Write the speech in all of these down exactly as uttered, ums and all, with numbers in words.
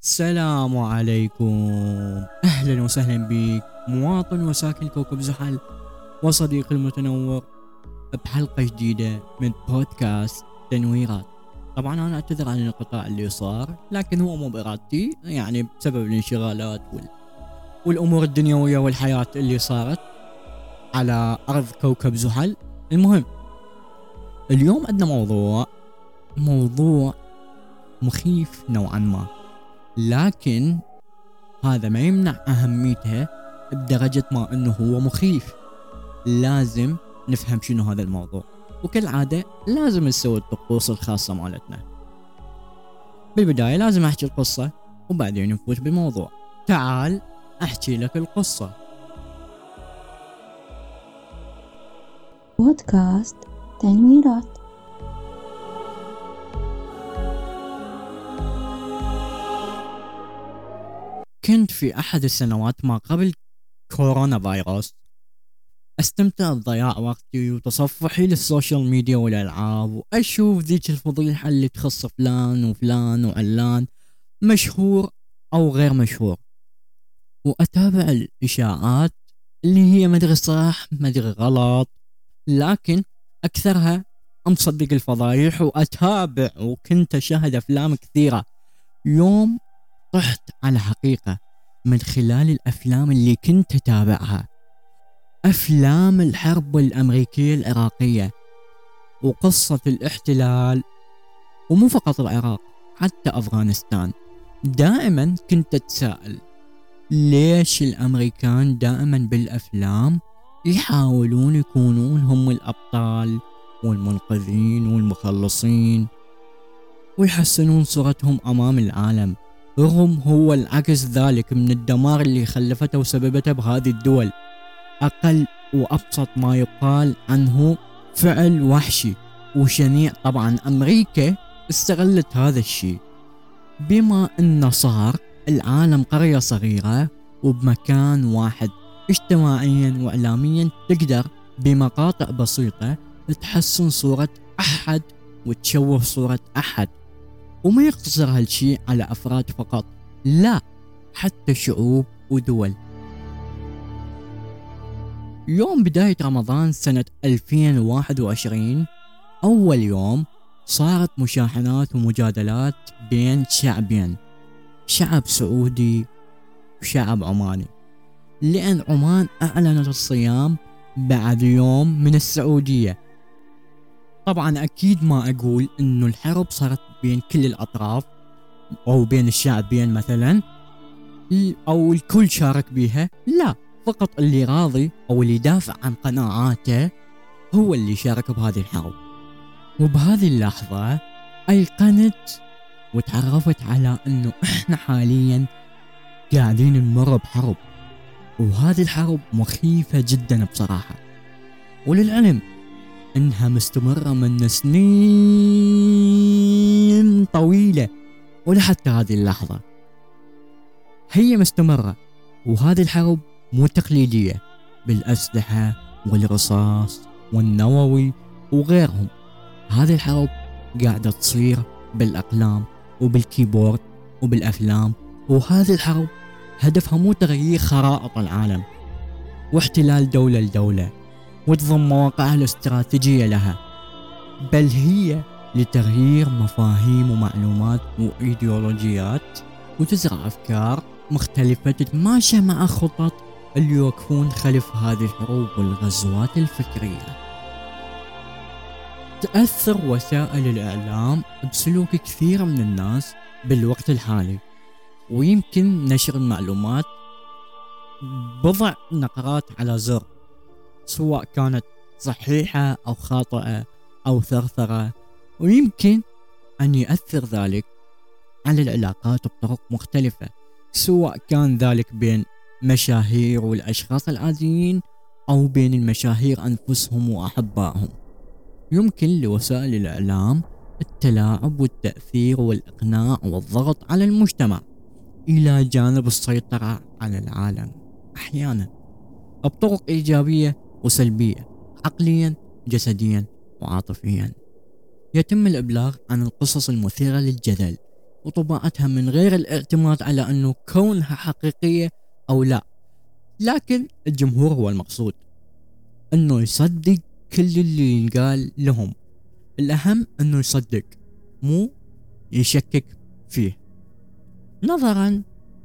السلام عليكم. أهلا وسهلا بك مواطن وساكن كوكب زحل وصديق المتنور بحلقة جديدة من بودكاست تنويرات. طبعا أنا أعتذر عن الانقطاع اللي صار، لكن هو مو بإرادتي، يعني بسبب الانشغالات وال... والأمور الدنيوية والحياة اللي صارت على أرض كوكب زحل. المهم، اليوم عندنا موضوع موضوع مخيف نوعا ما، لكن هذا ما يمنع أهميته بدرجة ما أنه هو مخيف. لازم نفهم شنو هذا الموضوع، وكالعادة لازم نسوي الطقوس الخاصة مالتنا. بالبداية لازم أحكي القصة وبعدين نفوت بالموضوع. تعال أحكي لك القصة. بودكاست تنويرات. كنت في أحد السنوات ما قبل كورونا فيروس استمتع بضياع وقتي وتصفحي للسوشيال ميديا والألعاب، وأشوف ذيك الفضيحة اللي تخص فلان وفلان وعلان، مشهور أو غير مشهور، وأتابع الإشاعات اللي هي مدري صح مدري غلط، لكن أكثرها أمصدق الفضايح وأتابع. وكنت أشاهد أفلام كثيرة. يوم طحت على حقيقة من خلال الأفلام اللي كنت أتابعها، أفلام الحرب الأمريكية العراقية وقصة الاحتلال، ومو فقط العراق حتى أفغانستان. دائما كنت أتساءل ليش الأمريكان دائما بالأفلام يحاولون يكونون هم الأبطال والمنقذين والمخلصين ويحسنون صورتهم أمام العالم، رغم هو العكس ذلك من الدمار اللي خلفته وسببته بهذه الدول. أقل وأبسط ما يقال عنه فعل وحشي وشنيع. طبعا أمريكا استغلت هذا الشيء، بما أنه صار العالم قرية صغيرة وبمكان واحد، اجتماعيا وإعلاميا تقدر بمقاطع بسيطة تحسن صورة أحد وتشوه صورة أحد. وما يقتصر هالشيء على أفراد فقط، لا، حتى شعوب ودول. يوم بداية رمضان سنة ألفين وواحد وعشرين، أول يوم، صارت مشاحنات ومجادلات بين شعبين، شعب سعودي وشعب عماني، لأن عمان أعلنت الصيام بعد يوم من السعودية. طبعا أكيد ما أقول إنه الحرب صارت بين كل الأطراف أو بين الشعبين مثلا، أو الكل شارك بيها، لا، فقط اللي راضي أو اللي دافع عن قناعاته هو اللي شارك بهذه الحرب. وبهذه اللحظة أيقنت وتعرفت على أنه إحنا حاليا قاعدين نمر بحرب، وهذه الحرب مخيفة جدا بصراحة، وللعلم إنها مستمرة من سنين طويلة، ولحتى هذه اللحظة هي مستمرة. وهذه الحرب مو تقليدية بالأسلحة والرصاص والنووي وغيرهم، هذه الحرب قاعدة تصير بالأقلام وبالكيبورد وبالأفلام. وهذه الحرب هدفها مو تغيير خرائط العالم واحتلال دولة لدولة وتضم مواقعها الاستراتيجية لها، بل هي لتغيير مفاهيم ومعلومات وإيديولوجيات، وتزرع أفكار مختلفة تتماشى مع خطط اللي يوقفون خلف هذه الحروب والغزوات الفكرية. تأثر وسائل الإعلام بسلوك كثير من الناس بالوقت الحالي، ويمكن نشر المعلومات بضع نقرات على زر، سواء كانت صحيحة أو خاطئة أو ثرثرة، ويمكن أن يؤثر ذلك على العلاقات بطرق مختلفة، سواء كان ذلك بين مشاهير والأشخاص العاديين أو بين المشاهير أنفسهم وأحبائهم. يمكن لوسائل الإعلام التلاعب والتأثير والإقناع والضغط على المجتمع إلى جانب السيطرة على العالم، أحيانا بطرق إيجابية وسلبية، عقليا جسديا وعاطفيا. يتم الإبلاغ عن القصص المثيرة للجدل وطباعتها من غير الاعتماد على أنه كونها حقيقية أو لا. لكن الجمهور هو المقصود، أنه يصدق كل اللي ينقال لهم. الأهم أنه يصدق مو يشكك فيه، نظرا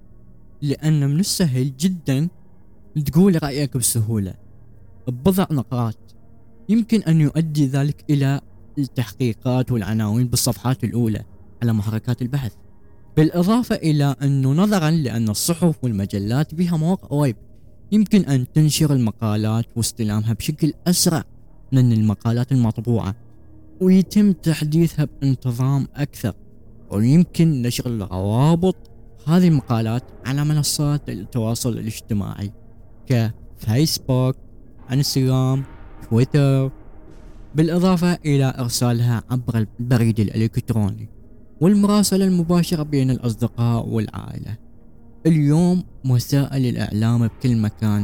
لأن من السهل جدا تقول رأيك بسهولة ببضع نقاط، يمكن أن يؤدي ذلك إلى التحقيقات والعناوين بالصفحات الأولى على محركات البحث. بالإضافة إلى أنه نظرا لأن الصحف والمجلات بها مواقع ويب، يمكن أن تنشر المقالات واستلامها بشكل أسرع من المقالات المطبوعة، ويتم تحديثها بانتظام أكثر، ويمكن نشر الروابط هذه المقالات على منصات التواصل الاجتماعي كفيسبوك، انستغرام، تويتر، بالإضافة إلى إرسالها عبر البريد الإلكتروني والمراسلة المباشرة بين الأصدقاء والعائلة. اليوم وسائل الإعلام بكل مكان،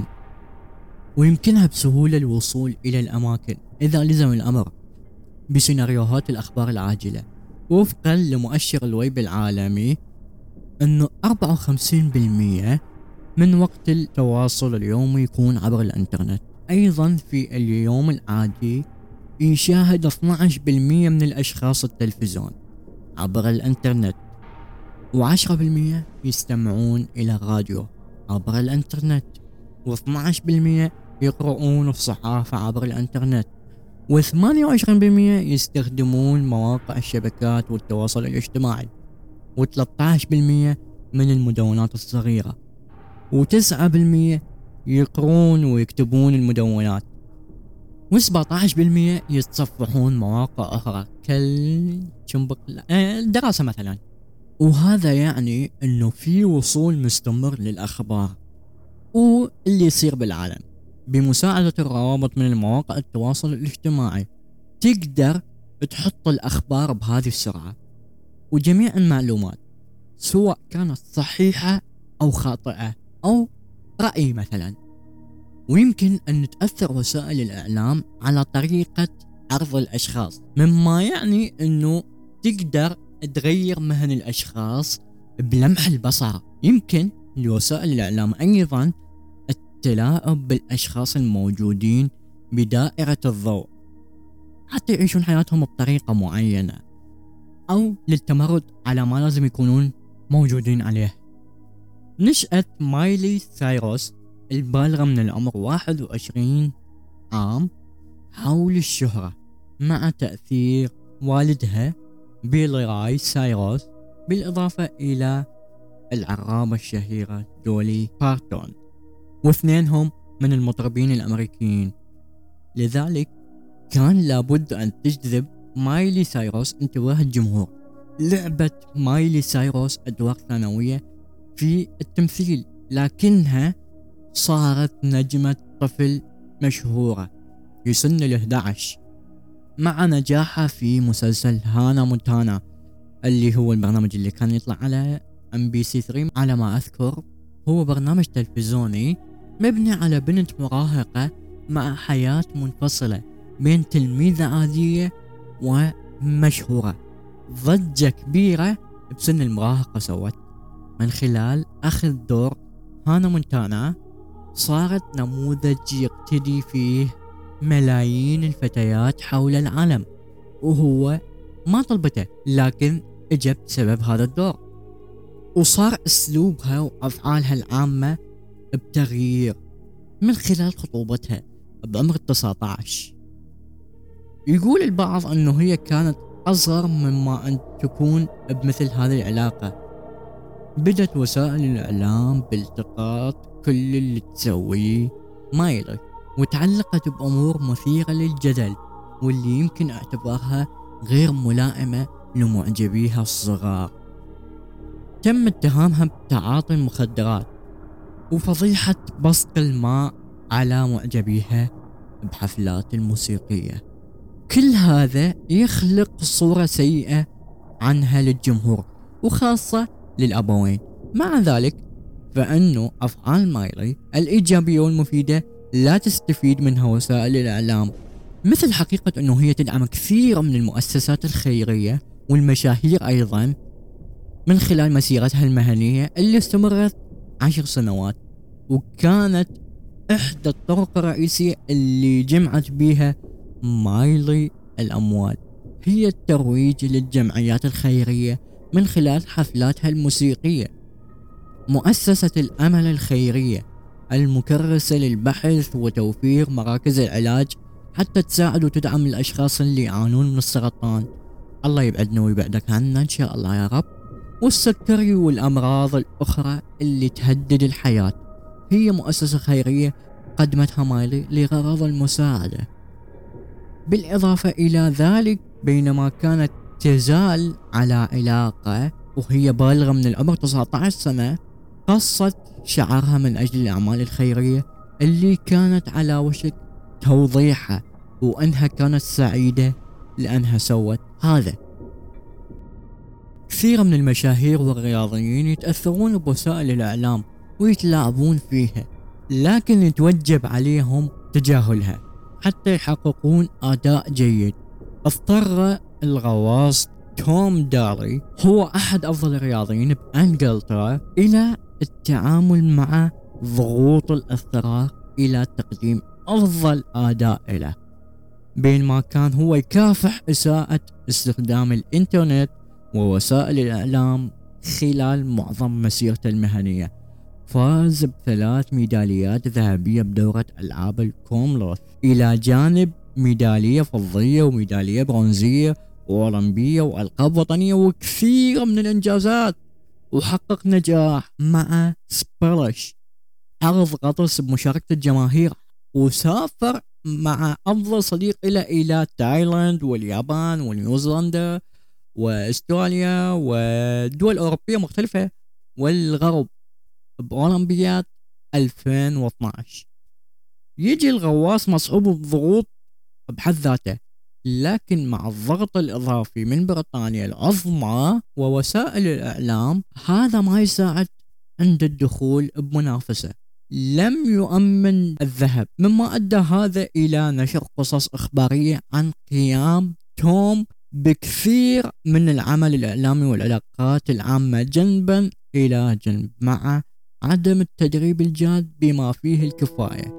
ويمكنها بسهولة الوصول إلى الأماكن إذا لزم الأمر بسيناريوهات الأخبار العاجلة. وفقا لمؤشر الويب العالمي، أنه أربعة وخمسين بالمئة من وقت التواصل اليومي يكون عبر الإنترنت. أيضا في اليوم العادي يشاهد اثني عشر بالمئة من الأشخاص التلفزيون عبر الإنترنت، وعشرة بالمئة يستمعون إلى الراديو عبر الإنترنت، واثني عشر بالمئة يقرؤون الصحافة عبر الإنترنت، وثمانية وعشرين بالمئة يستخدمون مواقع الشبكات والتواصل الاجتماعي، وثلاثة عشر بالمئة من المدونات الصغيرة، وتسعة بالمئة يقرون ويكتبون المدونات، وسبعة عشر بالمئة يتصفحون مواقع أخرى كالجنبق الدراسة مثلا. وهذا يعني أنه في وصول مستمر للأخبار واللي يصير بالعالم بمساعدة الروابط من المواقع التواصل الاجتماعي. تقدر تحط الأخبار بهذه السرعة، وجميع المعلومات سواء كانت صحيحة أو خاطئة أو رأي مثلا. ويمكن أن تأثر وسائل الإعلام على طريقة عرض الأشخاص، مما يعني أنه تقدر تغير مهن الأشخاص بلمح البصر. يمكن لوسائل الإعلام أيضا التلاعب بالأشخاص الموجودين بدائرة الضوء حتى يعيشون حياتهم بطريقة معينة، أو للتمرد على ما لازم يكونون موجودين عليه. نشأت مايلي سايروس البالغة من العمر واحد وعشرين عام حول الشهرة مع تأثير والدها بيلي راي سايروس، بالإضافة إلى العرابة الشهيرة دولي بارتون، واثنينهم من المطربين الأمريكيين. لذلك كان لابد أن تجذب مايلي سايروس انتباه الجمهور. لعبت مايلي سايروس أدوار ثانوية في التمثيل، لكنها صارت نجمة طفل مشهورة في سن الإحدى عشر مع نجاحها في مسلسل هانا مونتانا، اللي هو البرنامج اللي كان يطلع على ام بي سي ثلاثة على ما أذكر. هو برنامج تلفزيوني مبني على بنت مراهقة مع حياة منفصلة بين تلميذة عادية ومشهورة. ضجة كبيرة بسن المراهقة سوت من خلال أخذ دور هانا مونتانا، صارت نموذج يقتدي فيه ملايين الفتيات حول العالم، وهو ما طلبته لكن اجى بسبب هذا الدور. وصار اسلوبها وافعالها العامة بتغيير من خلال خطوبتها بعمر تسعة عشر. يقول البعض انه هي كانت اصغر مما ان تكون بمثل هذه العلاقة. بدت وسائل الاعلام بالتقاط كل اللي تسويه مايلي، وتعلقت بأمور مثيرة للجدل واللي يمكن اعتبارها غير ملائمة لمعجبيها الصغار. تم اتهامها بتعاطي المخدرات وفضيحة بسط الماء على معجبيها بحفلات الموسيقية. كل هذا يخلق صورة سيئة عنها للجمهور وخاصة للأبوين. مع ذلك فإنه أفعال مايلي الإيجابية والمفيدة لا تستفيد منها وسائل الإعلام، مثل حقيقة أنه هي تدعم كثير من المؤسسات الخيرية والمشاهير أيضا من خلال مسيرتها المهنية اللي استمرت عشر سنوات، وكانت إحدى الطرق الرئيسية اللي جمعت بيها مايلي الأموال هي الترويج للجمعيات الخيرية من خلال حفلاتها الموسيقية. مؤسسة الأمل الخيرية المكرسة للبحث وتوفير مراكز العلاج حتى تساعد وتدعم الأشخاص اللي يعانون من السرطان، الله يبعدنا ويبعدك عنا إن شاء الله يا رب، والسكري والأمراض الأخرى اللي تهدد الحياة. هي مؤسسة خيرية قدمتها مايلي لغرض المساعدة. بالإضافة إلى ذلك، بينما كانت تزال على علاقة وهي بالغة من العمر تسعة عشر سنة، قصت شعرها من أجل الأعمال الخيرية اللي كانت على وشك توضيحها، وأنها كانت سعيدة لأنها سوت هذا. كثير من المشاهير والرياضيين يتأثرون بوسائل الإعلام ويتلاعبون فيها، لكن يتوجب عليهم تجاهلها حتى يحققون أداء جيد. اضطر الغواص توم داري، هو أحد أفضل الرياضيين بإنجلترا، إلى التعامل مع ضغوط الإضطرار إلى تقديم أفضل أداء له، بينما كان هو يكافح إساءة استخدام الإنترنت ووسائل الإعلام خلال معظم مسيرته المهنية. فاز بثلاث ميداليات ذهبية بدورة ألعاب الكومنولث، إلى جانب ميدالية فضية وميدالية برونزية وأولمبية وألقاب وطنية وكثير من الإنجازات. وحقق نجاح مع سبلش، عرض غطس بمشاركة الجماهير، وسافر مع أفضل صديق إلى إلى تايلاند واليابان ونيوزيلندا واستراليا ودول أوروبية مختلفة والغرب بأولمبياد ألفين واثناشر. يجي الغواص مصعوب بضغوط بحد ذاته، لكن مع الضغط الإضافي من بريطانيا العظمى ووسائل الإعلام هذا ما يساعد عند الدخول بمنافسة. لم يؤمن الذهب، مما أدى هذا إلى نشر قصص إخبارية عن قيام توم بكثير من العمل الإعلامي والعلاقات العامة جنبا إلى جنب مع عدم التدريب الجاد بما فيه الكفاية.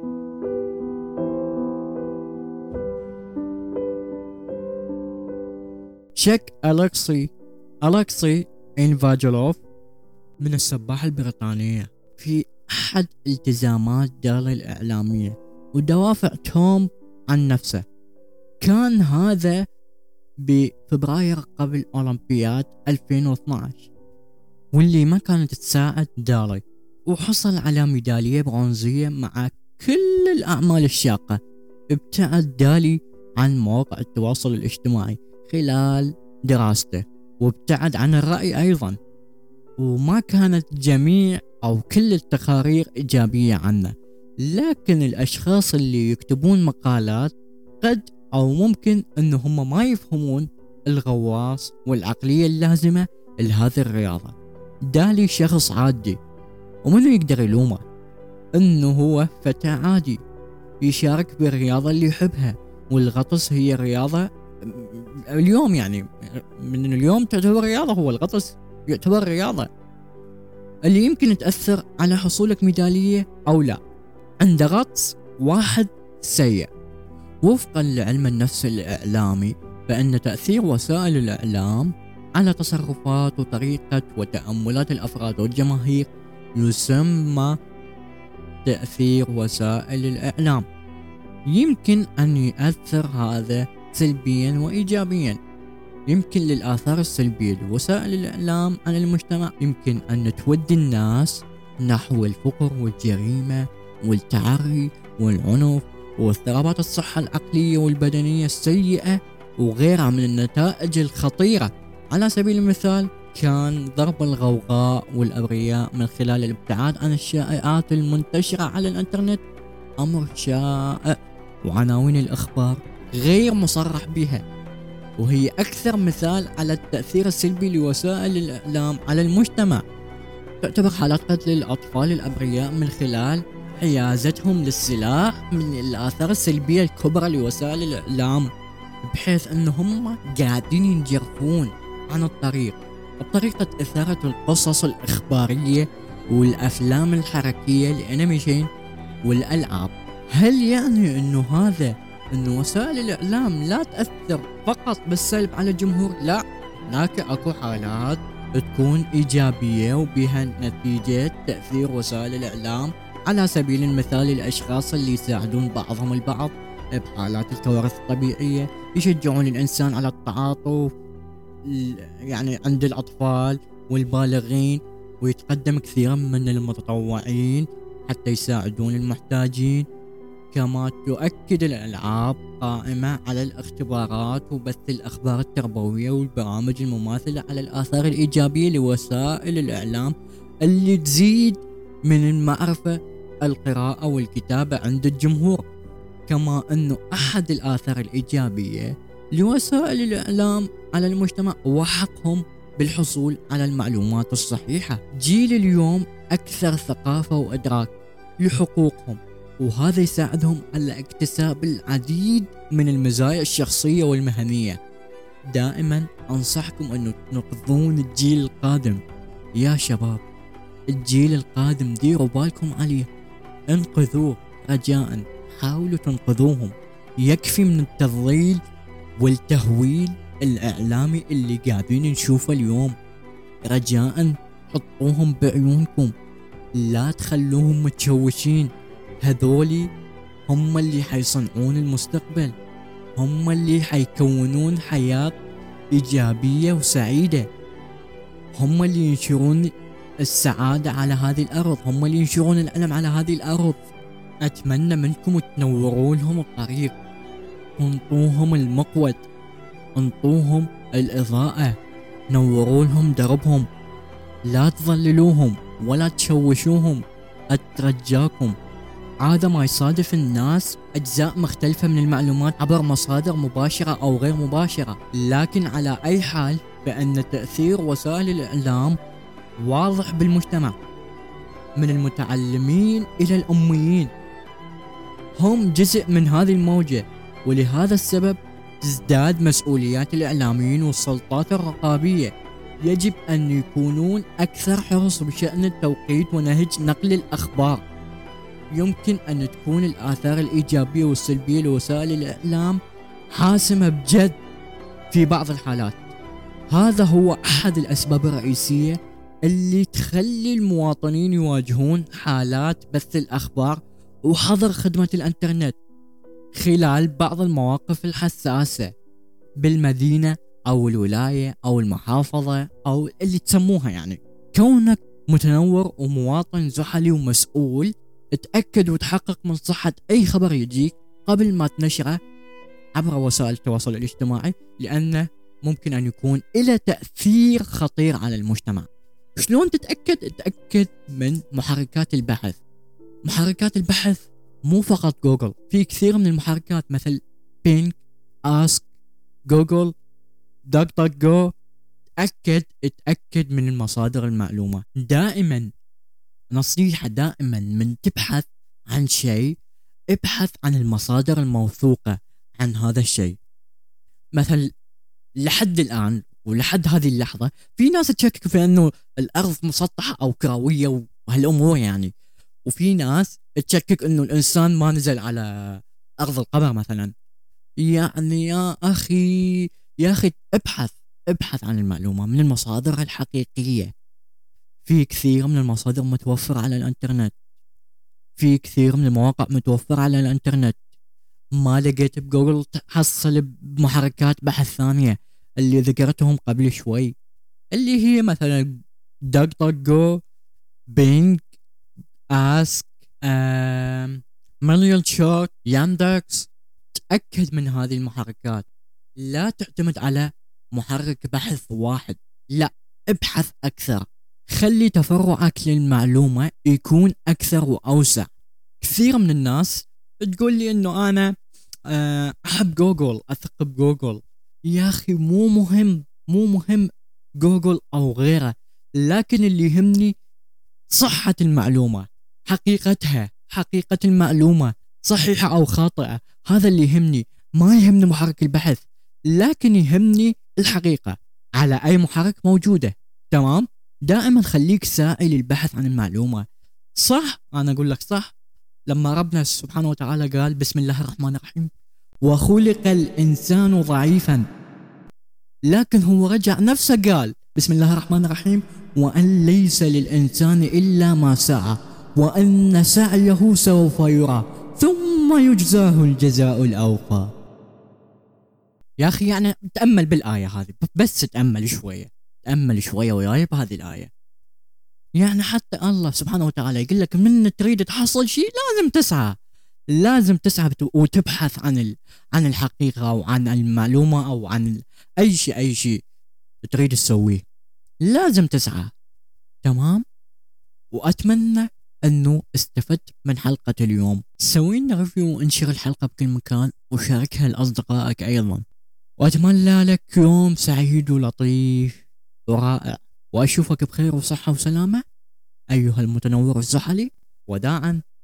تشيك أليكسي أليكسي إنفاجلوف من السباحة البريطانية في أحد التزامات داري الإعلامية ودوافع توم عن نفسه. كان هذا بفبراير قبل أولمبياد ألفين واثناشر، واللي ما كانت تساعد داري، وحصل على ميدالية برونزية. مع كل الأعمال الشاقة ابتعد دالي عن مواقع التواصل الاجتماعي خلال دراسته، وابتعد عن الرأي أيضا، وما كانت جميع أو كل التقارير إيجابية عنه. لكن الأشخاص اللي يكتبون مقالات قد أو ممكن أنهم ما يفهمون الغواص والعقلية اللازمة لهذه الرياضة. دالي شخص عادي، ومنو يقدر يلومه؟ أنه هو فتى عادي يشارك بالرياضة اللي يحبها، والغطس هي رياضة اليوم، يعني من اليوم تعتبر رياضة، هو الغطس يعتبر رياضة اللي يمكن تأثر على حصولك ميدالية أو لا. عند غطس واحد سيء. وفقا لعلم النفس الإعلامي، فإن تأثير وسائل الإعلام على تصرفات وطريقة وتأملات الأفراد والجماهير يسمى تأثير وسائل الإعلام. يمكن أن يؤثر هذا سلبيا وإيجابيا. يمكن للآثار السلبية لوسائل الإعلام على المجتمع يمكن أن تودي الناس نحو الفقر والجريمة والتعري والعنف واضطرابات الصحة العقلية والبدنية السيئة وغيرها من النتائج الخطيرة. على سبيل المثال، كان ضرب الغوغاء والأبرياء من خلال الابتعاد عن الشائعات المنتشرة على الإنترنت أمر شائع، وعناوين الأخبار غير مصرح بها، وهي أكثر مثال على التأثير السلبي لوسائل الإعلام على المجتمع. تعتبر حالات قتل الأطفال الأبرياء من خلال حيازتهم للسلاح من الآثار السلبية الكبرى لوسائل الإعلام، بحيث أنهم قاعدين ينجرفون عن الطريق بطريقة إثارة القصص الإخبارية والأفلام الحركية الأنيميشن والألعاب. هل يعني أنه هذا أنه وسائل الإعلام لا تأثر فقط بالسلب على الجمهور؟ لا، هناك أكو حالات تكون إيجابية وبها نتيجة تأثير وسائل الإعلام. على سبيل المثال الأشخاص اللي يساعدون بعضهم البعض بحالات الكوارث الطبيعية، يشجعون الإنسان على التعاطف يعني عند الأطفال والبالغين، ويتقدم كثيرا من المتطوعين حتى يساعدون المحتاجين. كما تؤكد الألعاب قائمة على الاختبارات وبث الأخبار التربوية والبرامج المماثلة على الآثار الإيجابية لوسائل الإعلام اللي تزيد من المعرفة القراءة والكتابة عند الجمهور. كما أنه أحد الآثار الإيجابية لوسائل الإعلام على المجتمع وحقهم بالحصول على المعلومات الصحيحة. جيل اليوم أكثر ثقافة وإدراك لحقوقهم، وهذا يساعدهم على اكتساب العديد من المزايا الشخصية والمهنية. دائما أنصحكم أن تنقذون الجيل القادم يا شباب، الجيل القادم ديروا بالكم عليه، انقذوه رجاء، حاولوا تنقذوهم. يكفي من التضليل والتهويل الإعلامي اللي قاعدين نشوفه اليوم. رجاء حطوهم بعيونكم، لا تخلوهم متشوشين. هذولي هم اللي حيصنعون المستقبل، هم اللي حيكونون حياة إيجابية وسعيدة، هم اللي ينشرون السعادة على هذه الأرض، هم اللي ينشرون الألم على هذه الأرض. أتمنى منكم تنوروا لهم الطريق، انطوهم المقود، انطوهم الإضاءة، نوروا لهم دربهم، لا تضللوهم ولا تشوشوهم. أترجاكم. عادة ما يصادف الناس أجزاء مختلفة من المعلومات عبر مصادر مباشرة أو غير مباشرة، لكن على أي حال فإن تأثير وسائل الإعلام واضح بالمجتمع، من المتعلمين إلى الأميين هم جزء من هذه الموجة. ولهذا السبب تزداد مسؤوليات الإعلاميين والسلطات الرقابية. يجب أن يكونون أكثر حرص بشأن التوقيت ونهج نقل الأخبار. يمكن أن تكون الآثار الإيجابية والسلبية لوسائل الإعلام حاسمة بجد في بعض الحالات. هذا هو أحد الأسباب الرئيسية اللي تخلي المواطنين يواجهون حالات بث الأخبار وحظر خدمة الإنترنت خلال بعض المواقف الحساسة بالمدينة أو الولاية أو المحافظة أو اللي تسموها. يعني كونك متنور ومواطن زحلي ومسؤول، اتأكد وتحقق من صحة أي خبر يجيك قبل ما تنشره عبر وسائل التواصل الاجتماعي، لأنه ممكن أن يكون له تأثير خطير على المجتمع. شلون تتأكد؟ تتأكد من محركات البحث. محركات البحث مو فقط جوجل، في كثير من المحركات مثل بينج، آسك، جوجل، داك داك جو. تأكد اتأكد من المصادر المعلومة. دائما نصيحة، دائما من تبحث عن شيء ابحث عن المصادر الموثوقة عن هذا الشيء. مثل لحد الآن ولحد هذه اللحظة في ناس تشكك في أنه الأرض مسطحة أو كروية وهالأمور يعني، وفي ناس تشكك أنه الإنسان ما نزل على أرض القمر مثلا. يعني يا أخي يا أخي ابحث ابحث عن المعلومة من المصادر الحقيقية. في كثير من المصادر متوفرة على الانترنت، في كثير من المواقع متوفرة على الانترنت. ما لقيت بجوجل تحصل بمحركات بحث ثانية اللي ذكرتهم قبل شوي، اللي هي مثلا داك داك جو، بينج، آسك، مليون شوت، ياندكس. تأكد من هذه المحركات. لا تعتمد على محرك بحث واحد، لا، ابحث أكثر. خلي تفرعك للمعلومة يكون أكثر وأوسع. كثير من الناس تقول لي إنه أنا أحب جوجل، أثق بجوجل. يا أخي مو مهم مو مهم جوجل أو غيره، لكن اللي يهمني صحة المعلومة، حقيقتها، حقيقة المعلومة صحيحة أو خاطئة. هذا اللي يهمني. ما يهمني محرك البحث، لكن يهمني الحقيقة على أي محرك موجودة. تمام؟ دائما خليك سائل البحث عن المعلومة. صح، أنا أقول لك صح، لما ربنا سبحانه وتعالى قال بسم الله الرحمن الرحيم وخلق الإنسان ضعيفا، لكن هو رجع نفسه قال بسم الله الرحمن الرحيم وأن ليس للإنسان إلا ما سعى وأن سعيه سوف يرى ثم يجزاه الجزاء الأوفى. يا أخي يعني تأمل بالآية هذه، بس تأمل شوية، تأمل شوية وياي بهذه الآية. يعني حتى الله سبحانه وتعالى يقول لك من تريد تحصل شيء لازم تسعى، لازم تسعى وتبحث عن ال... عن الحقيقة أو عن المعلومة أو عن أي شيء، أي شيء تريد تسويه لازم تسعى. تمام؟ وأتمنى أنه استفدت من حلقة اليوم. سوي لنا ريفيو وانشر الحلقة بكل مكان وشاركها لأصدقائك أيضا، وأتمنى لك يوم سعيد ولطيف ورائع، وأشوفك بخير وصحة وسلامة أيها المتنور الزحلي. وداعا.